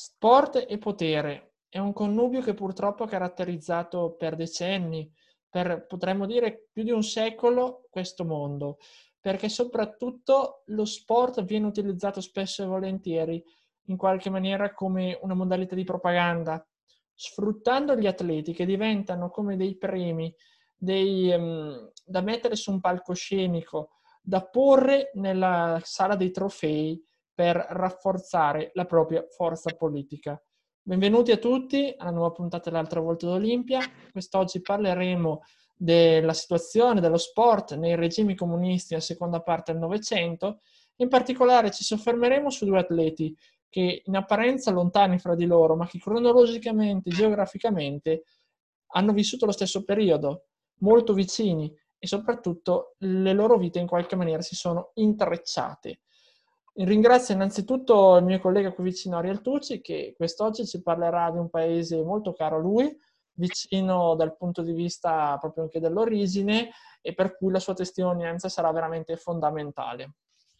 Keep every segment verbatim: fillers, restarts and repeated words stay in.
Sport e potere è un connubio che purtroppo ha caratterizzato per decenni, per potremmo dire più di un secolo, questo mondo, perché soprattutto lo sport viene utilizzato spesso e volentieri in qualche maniera come una modalità di propaganda, sfruttando gli atleti che diventano come dei premi, dei, um, da mettere su un palcoscenico, da porre nella sala dei trofei per rafforzare la propria forza politica. Benvenuti a tutti alla nuova puntata dell'Altra Volta d'Olimpia. Quest'oggi parleremo della situazione dello sport nei regimi comunisti nella seconda parte del Novecento. In particolare ci soffermeremo su due atleti che in apparenza lontani fra di loro, ma che cronologicamente, geograficamente hanno vissuto lo stesso periodo, molto vicini, e soprattutto le loro vite in qualche maniera si sono intrecciate. Ringrazio innanzitutto il mio collega qui vicino, Ariel Tucci, che quest'oggi ci parlerà di un paese molto caro a lui, vicino dal punto di vista proprio anche dell'origine, e per cui la sua testimonianza sarà veramente fondamentale.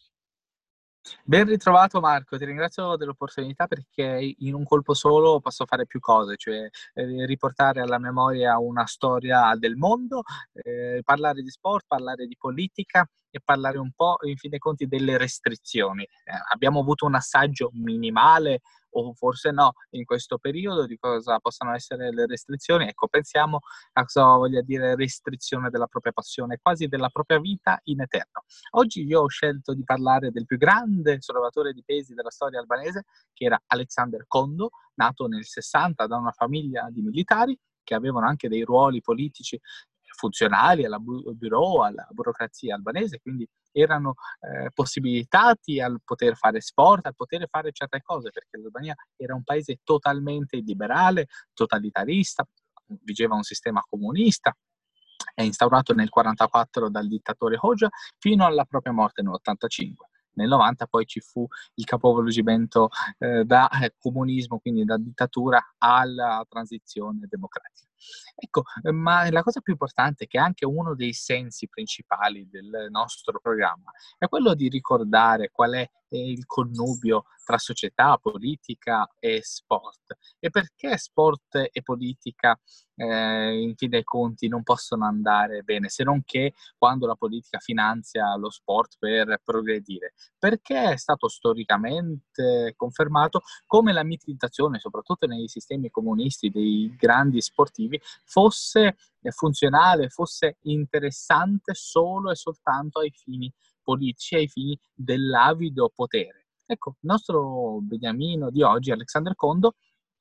Ben ritrovato Marco, ti ringrazio dell'opportunità perché in un colpo solo posso fare più cose, cioè eh, riportare alla memoria una storia del mondo, eh, parlare di sport, parlare di politica e parlare un po', in fin dei conti, delle restrizioni. Eh, abbiamo avuto un assaggio minimale, o forse no, in questo periodo di cosa possano essere le restrizioni. Ecco, pensiamo a cosa voglia dire restrizione della propria passione, quasi della propria vita in eterno. Oggi io ho scelto di parlare del più grande sollevatore di pesi della storia albanese, che era Alexander Kondo, nato nel sessanta da una famiglia di militari che avevano anche dei ruoli politici funzionali alla bu- bureau, alla burocrazia albanese, quindi erano eh, possibilitati al poter fare sport, al poter fare certe cose, perché l'Albania era un paese totalmente liberale, totalitarista, vigeva un sistema comunista, è instaurato nel quarantaquattro dal dittatore Hoxha fino alla propria morte nell'ottantacinque. Nel novanta poi ci fu il capovolgimento eh, da eh, comunismo, quindi da dittatura alla transizione democratica. Ecco, eh, ma la cosa più importante, che è anche uno dei sensi principali del nostro programma, è quello di ricordare qual è eh, il connubio tra società, politica e sport. E perché sport e politica eh, in fin dei conti non possono andare bene, se non che quando la politica finanzia lo sport per progredire, perché è stato storicamente confermato come la mitizzazione, soprattutto nei sistemi comunisti, dei grandi sportivi, fosse funzionale, fosse interessante solo e soltanto ai fini politici, ai fini dell'avido potere. Ecco, il nostro beniamino di oggi, Alexander Kondo,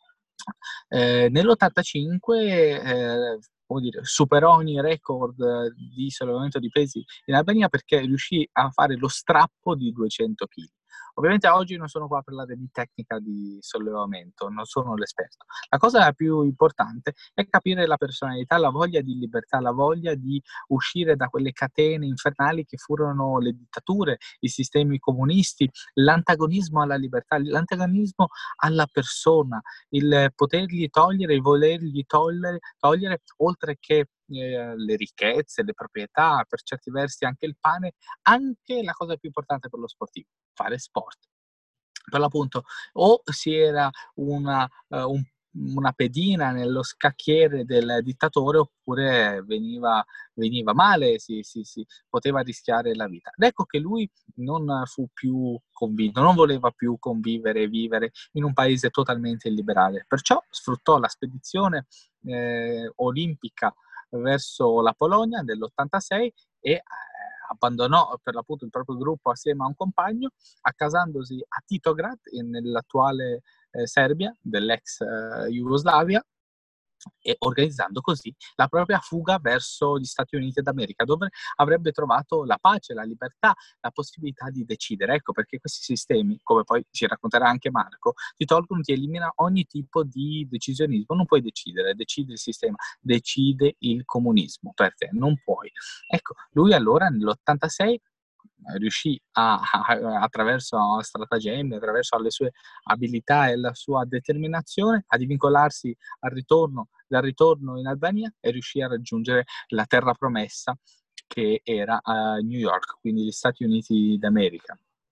eh, nell'ottantacinque eh, come dire, superò ogni record di sollevamento di pesi in Albania perché riuscì a fare lo strappo di duecento chili. Ovviamente oggi non sono qua a parlare di tecnica di sollevamento, non sono l'esperto. La cosa più importante è capire la personalità, la voglia di libertà, la voglia di uscire da quelle catene infernali che furono le dittature, i sistemi comunisti, l'antagonismo alla libertà, l'antagonismo alla persona, il potergli togliere, il volergli togliere, togliere oltre che eh, le ricchezze, le proprietà, per certi versi anche il pane, anche la cosa più importante per lo sportivo, fare sport. Per l'appunto, o si era una, uh, un, una pedina nello scacchiere del dittatore, oppure veniva, veniva male, si, si, si poteva rischiare la vita. Ed ecco che lui non fu più convinto, non voleva più convivere e vivere in un paese totalmente illiberale. Perciò sfruttò la spedizione eh, olimpica verso la Polonia dell'ottantasei e eh, abbandonò per l'appunto il proprio gruppo assieme a un compagno, accasandosi a Titograd, nell'attuale eh, Serbia, dell'ex eh, Jugoslavia, e organizzando così la propria fuga verso gli Stati Uniti d'America, dove avrebbe trovato la pace, la libertà, la possibilità di decidere. Ecco perché questi sistemi, come poi ci racconterà anche Marco, ti tolgono, ti eliminano ogni tipo di decisionismo. Non puoi decidere, decide il sistema, decide il comunismo per te, non puoi. Ecco, lui allora nell'ottantasei riuscì a, a, attraverso stratagemmi, attraverso le sue abilità e la sua determinazione a divincolarsi al ritorno, dal ritorno in Albania, e riuscì a raggiungere la terra promessa che era a New York, quindi gli Stati Uniti d'America.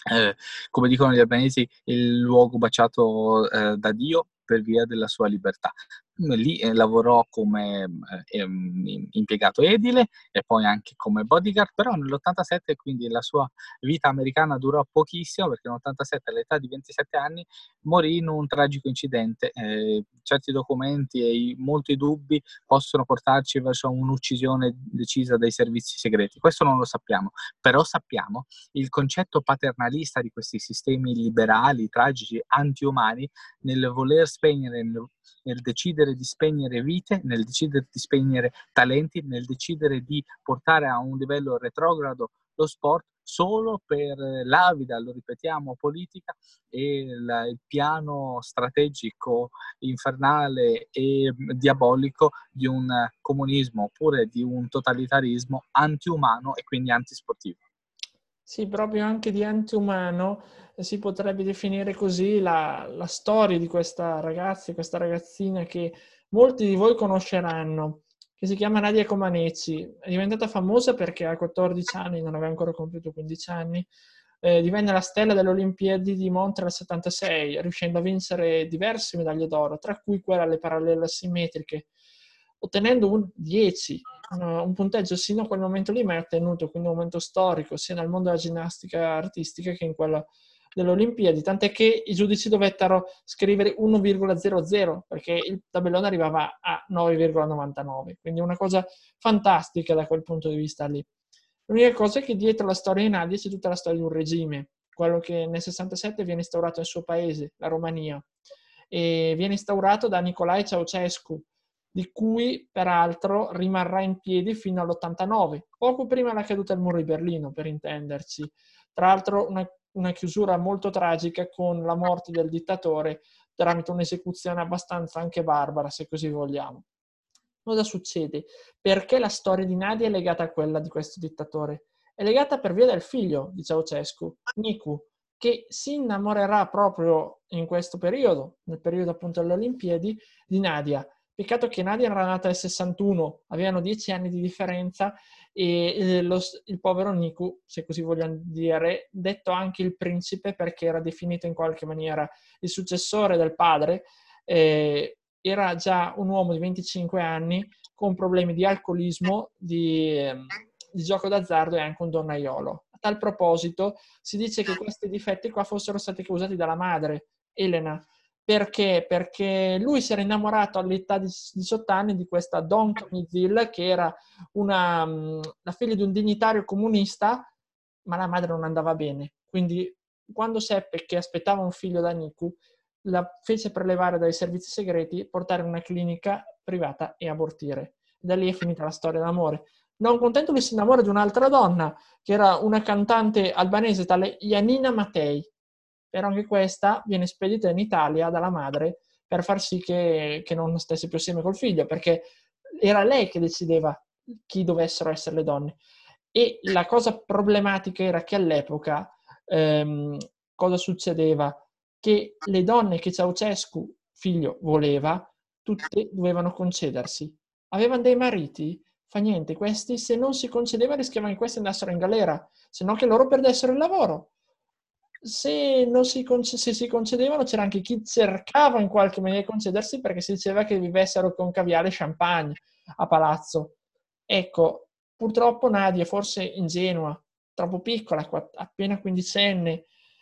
eh, come dicono gli albanesi, il luogo baciato eh, da Dio per via della sua libertà. Lì eh, lavorò come eh, ehm, impiegato edile e poi anche come bodyguard, però nell'ottantasette, quindi la sua vita americana durò pochissimo, perché nell'ottantasette all'età di ventisette anni morì in un tragico incidente. Eh, certi documenti e i, molti dubbi possono portarci verso un'uccisione decisa dai servizi segreti. Questo non lo sappiamo, però sappiamo il concetto paternalista di questi sistemi liberali, tragici, antiumani, nel voler spegnere, nel, nel decidere di spegnere vite, nel decidere di spegnere talenti, nel decidere di portare a un livello retrogrado lo sport solo per l'avida, lo ripetiamo, politica e il, il piano strategico, infernale e diabolico di un comunismo oppure di un totalitarismo antiumano e quindi antisportivo. Sì, proprio anche di antiumano si potrebbe definire così la, la storia di questa ragazza, questa ragazzina che molti di voi conosceranno, che si chiama Nadia Comaneci. È diventata famosa perché a quattordici anni, non aveva ancora compiuto quindici anni, eh, divenne la stella delle Olimpiadi di Montreal settantasei, riuscendo a vincere diverse medaglie d'oro, tra cui quella alle parallele asimmetriche, ottenendo un dieci, un punteggio sino a quel momento lì mai ottenuto, quindi un momento storico sia nel mondo della ginnastica artistica che in quella delle Olimpiadi, tant'è che i giudici dovettero scrivere uno virgola zero zero perché il tabellone arrivava a nove virgola novantanove, quindi una cosa fantastica da quel punto di vista lì. L'unica cosa è che dietro la storia di Nadia c'è tutta la storia di un regime, quello che nel sessantasette viene instaurato nel suo paese, la Romania, e viene instaurato da Nicolae Ceausescu, di cui peraltro rimarrà in piedi fino all'ottantanove, poco prima della caduta del muro di Berlino, per intenderci. Tra l'altro una, una chiusura molto tragica con la morte del dittatore tramite un'esecuzione abbastanza anche barbara, se così vogliamo. Cosa succede? Perché la storia di Nadia è legata a quella di questo dittatore? È legata per via del figlio di Ceausescu, Nicu, che si innamorerà proprio in questo periodo, nel periodo appunto delle Olimpiadi, di Nadia. Peccato che Nadia era nata nel sessantuno, avevano dieci anni di differenza e eh, lo, il povero Nicu, se così vogliamo dire, detto anche il principe perché era definito in qualche maniera il successore del padre, eh, era già un uomo di venticinque anni con problemi di alcolismo, di, di gioco d'azzardo e anche un donnaiolo. A tal proposito si dice che questi difetti qua fossero stati causati dalla madre, Elena. Perché? Perché lui si era innamorato all'età di diciotto anni di questa Don Tomizil, che era una, la figlia di un dignitario comunista, ma la madre non andava bene. Quindi quando seppe che aspettava un figlio da Nicu, la fece prelevare dai servizi segreti, portare in una clinica privata e abortire. Da lì è finita la storia d'amore. Non contento, lui si innamora di un'altra donna, che era una cantante albanese tale Janina Matei. Però anche questa viene spedita in Italia dalla madre per far sì che, che non stesse più assieme col figlio, perché era lei che decideva chi dovessero essere le donne. E la cosa problematica era che all'epoca ehm, cosa succedeva? Che le donne che Ceausescu, figlio, voleva, tutte dovevano concedersi. Avevano dei mariti, fa niente, questi se non si concedeva rischiavano che questi andassero in galera, se no che loro perdessero il lavoro. Se, non si, conce- se si concedevano c'era anche chi cercava in qualche maniera di concedersi perché si diceva che vivessero con caviale e champagne a palazzo. Ecco, purtroppo Nadia, forse ingenua, troppo piccola, appena quindicenne,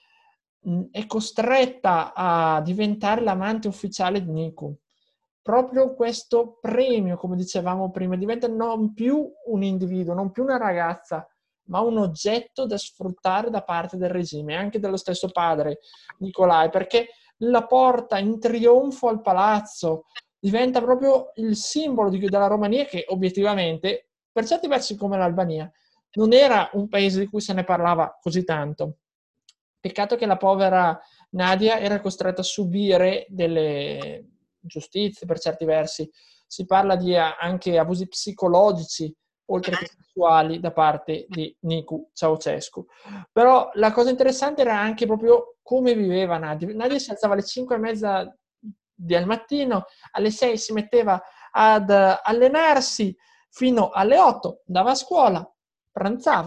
è costretta a diventare l'amante ufficiale di Niku. Proprio questo premio, come dicevamo prima, diventa non più un individuo, non più una ragazza, ma un oggetto da sfruttare da parte del regime, anche dello stesso padre Nicolai, perché la porta in trionfo al palazzo, diventa proprio il simbolo di, della Romania che obiettivamente, per certi versi come l'Albania, non era un paese di cui se ne parlava così tanto. Peccato che la povera Nadia era costretta a subire delle ingiustizie per certi versi. Si parla di anche abusi psicologici oltre che sessuali da parte di Nicu Ceausescu. Però la cosa interessante era anche proprio come viveva Nadia. Nadia si alzava alle cinque e mezza del mattino, alle sei si metteva ad allenarsi fino alle otto, andava a scuola, pranzava,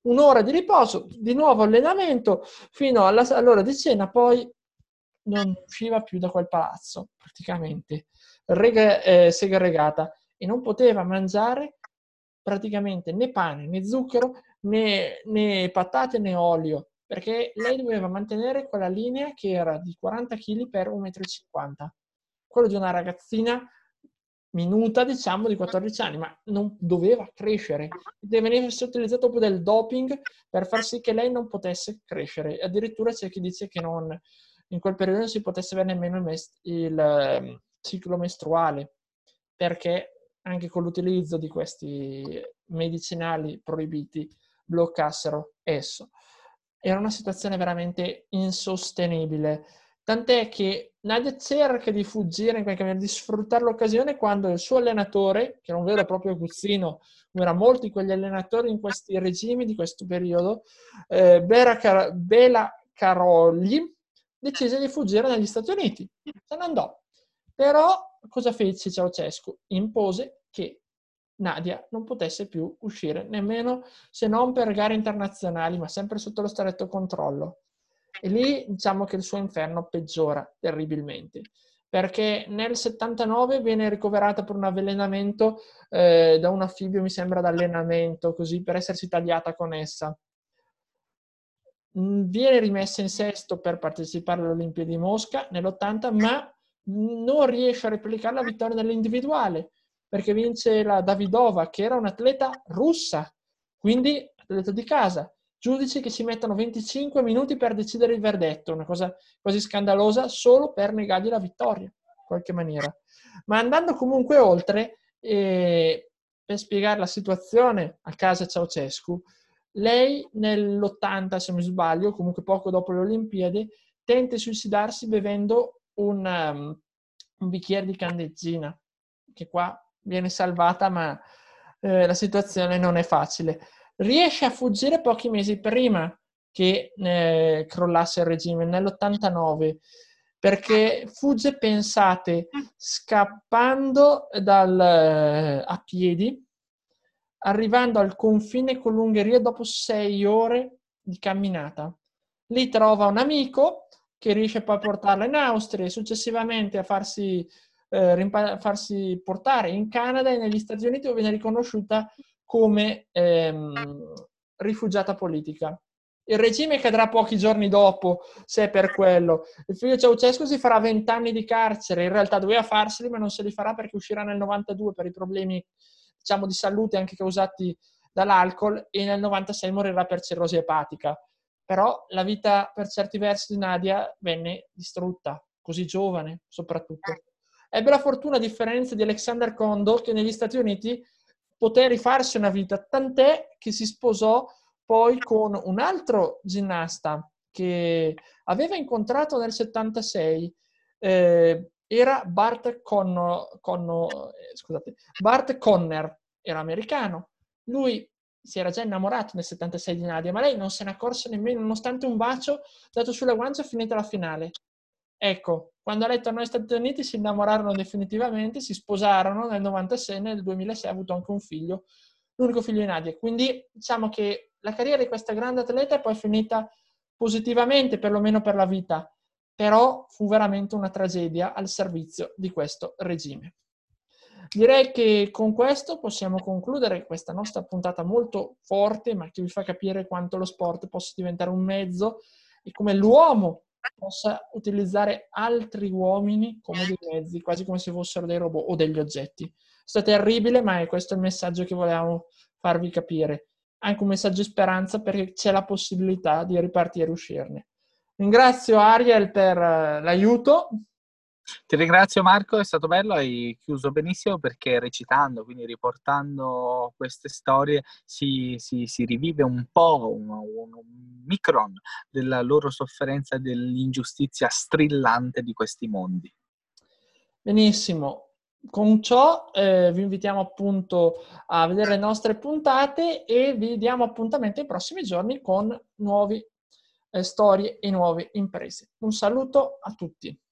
un'ora di riposo, di nuovo allenamento, fino alla, all'ora di cena, poi non usciva più da quel palazzo, praticamente, rega, eh, segregata, e non poteva mangiare praticamente né pane, né zucchero, né, né patate, né olio, perché lei doveva mantenere quella linea che era di quaranta chili per un metro e cinquanta m, quello di una ragazzina minuta, diciamo, di quattordici anni, ma non doveva crescere. Veniva utilizzato proprio del doping per far sì che lei non potesse crescere. Addirittura c'è chi dice che non, in quel periodo non si potesse avere nemmeno il, mes- il um, ciclo mestruale, perché anche con l'utilizzo di questi medicinali proibiti bloccassero esso. Era una situazione veramente insostenibile, tant'è che Nadia cerca di fuggire, in qualche maniera, di sfruttare l'occasione, quando il suo allenatore, che era un vero e proprio aguzzino, come erano molti quegli allenatori in questi regimi di questo periodo, eh, Bera Car- Bela Carogli, decise di fuggire negli Stati Uniti. Se ne andò. Però cosa fece Ceausescu? Impose che Nadia non potesse più uscire, nemmeno se non per gare internazionali, ma sempre sotto lo stretto controllo. E lì diciamo che il suo inferno peggiora terribilmente, perché nel settantanove viene ricoverata per un avvelenamento eh, da un anfibio, mi sembra, d'allenamento, così, per essersi tagliata con essa. Viene rimessa in sesto per partecipare alle Olimpiadi di Mosca nell'ottanta, ma non riesce a replicare la vittoria nell'individuale, perché vince la Davidova, che era un'atleta russa, quindi atleta di casa. Giudici che si mettono venticinque minuti per decidere il verdetto, una cosa quasi scandalosa, solo per negargli la vittoria, in qualche maniera. Ma andando comunque oltre, eh, per spiegare la situazione a casa Ceausescu, lei nell'ottanta, se non mi sbaglio, comunque poco dopo le Olimpiadi, tenta di suicidarsi bevendo un, um, un bicchiere di candeggina, che qua viene salvata, ma eh, la situazione non è facile. Riesce a fuggire pochi mesi prima che eh, crollasse il regime, nell'ottantanove, perché fugge, pensate, scappando dal, eh, a piedi, arrivando al confine con l'Ungheria dopo sei ore di camminata. Lì trova un amico che riesce poi a portarla in Austria e successivamente a farsi, eh, rimpa- farsi portare in Canada e negli Stati Uniti, dove viene riconosciuta come ehm, rifugiata politica. Il regime cadrà pochi giorni dopo, se è per quello. Il figlio Ceausescu si farà vent'anni di carcere, in realtà doveva farseli, ma non se li farà perché uscirà nel novantadue per i problemi, diciamo, di salute anche causati dall'alcol, e nel novantasei morirà per cirrosi epatica. Però la vita, per certi versi, di Nadia venne distrutta, così giovane soprattutto. Ebbe la fortuna, a differenza di Alexander Kondo, che negli Stati Uniti poté rifarsi una vita, tant'è che si sposò poi con un altro ginnasta che aveva incontrato nel settantasei, eh, era Bart, Conno, Conno, eh, scusate, Bart Conner, era americano. Lui si era già innamorato nel settantasei di Nadia, ma lei non se ne accorse nemmeno, nonostante un bacio dato sulla guancia finita la finale. Ecco, quando lei tornò negli Stati Uniti si innamorarono definitivamente, si sposarono nel novantasei, nel duemilasei ha avuto anche un figlio, l'unico figlio di Nadia. Quindi diciamo che la carriera di questa grande atleta è poi finita positivamente, perlomeno per la vita, però fu veramente una tragedia al servizio di questo regime. Direi che con questo possiamo concludere questa nostra puntata molto forte, ma che vi fa capire quanto lo sport possa diventare un mezzo e come l'uomo possa utilizzare altri uomini come dei mezzi, quasi come se fossero dei robot o degli oggetti. È stato terribile, ma è questo il messaggio che volevamo farvi capire. Anche un messaggio di speranza, perché c'è la possibilità di ripartire e uscirne. Ringrazio Ariel per l'aiuto. Ti ringrazio Marco, è stato bello, hai chiuso benissimo, perché recitando, quindi riportando queste storie, si, si, si rivive un po', un, un micron della loro sofferenza, dell'ingiustizia strillante di questi mondi. Benissimo. Con ciò eh, vi invitiamo appunto a vedere le nostre puntate e vi diamo appuntamento ai prossimi giorni con nuove eh, storie e nuove imprese. Un saluto a tutti.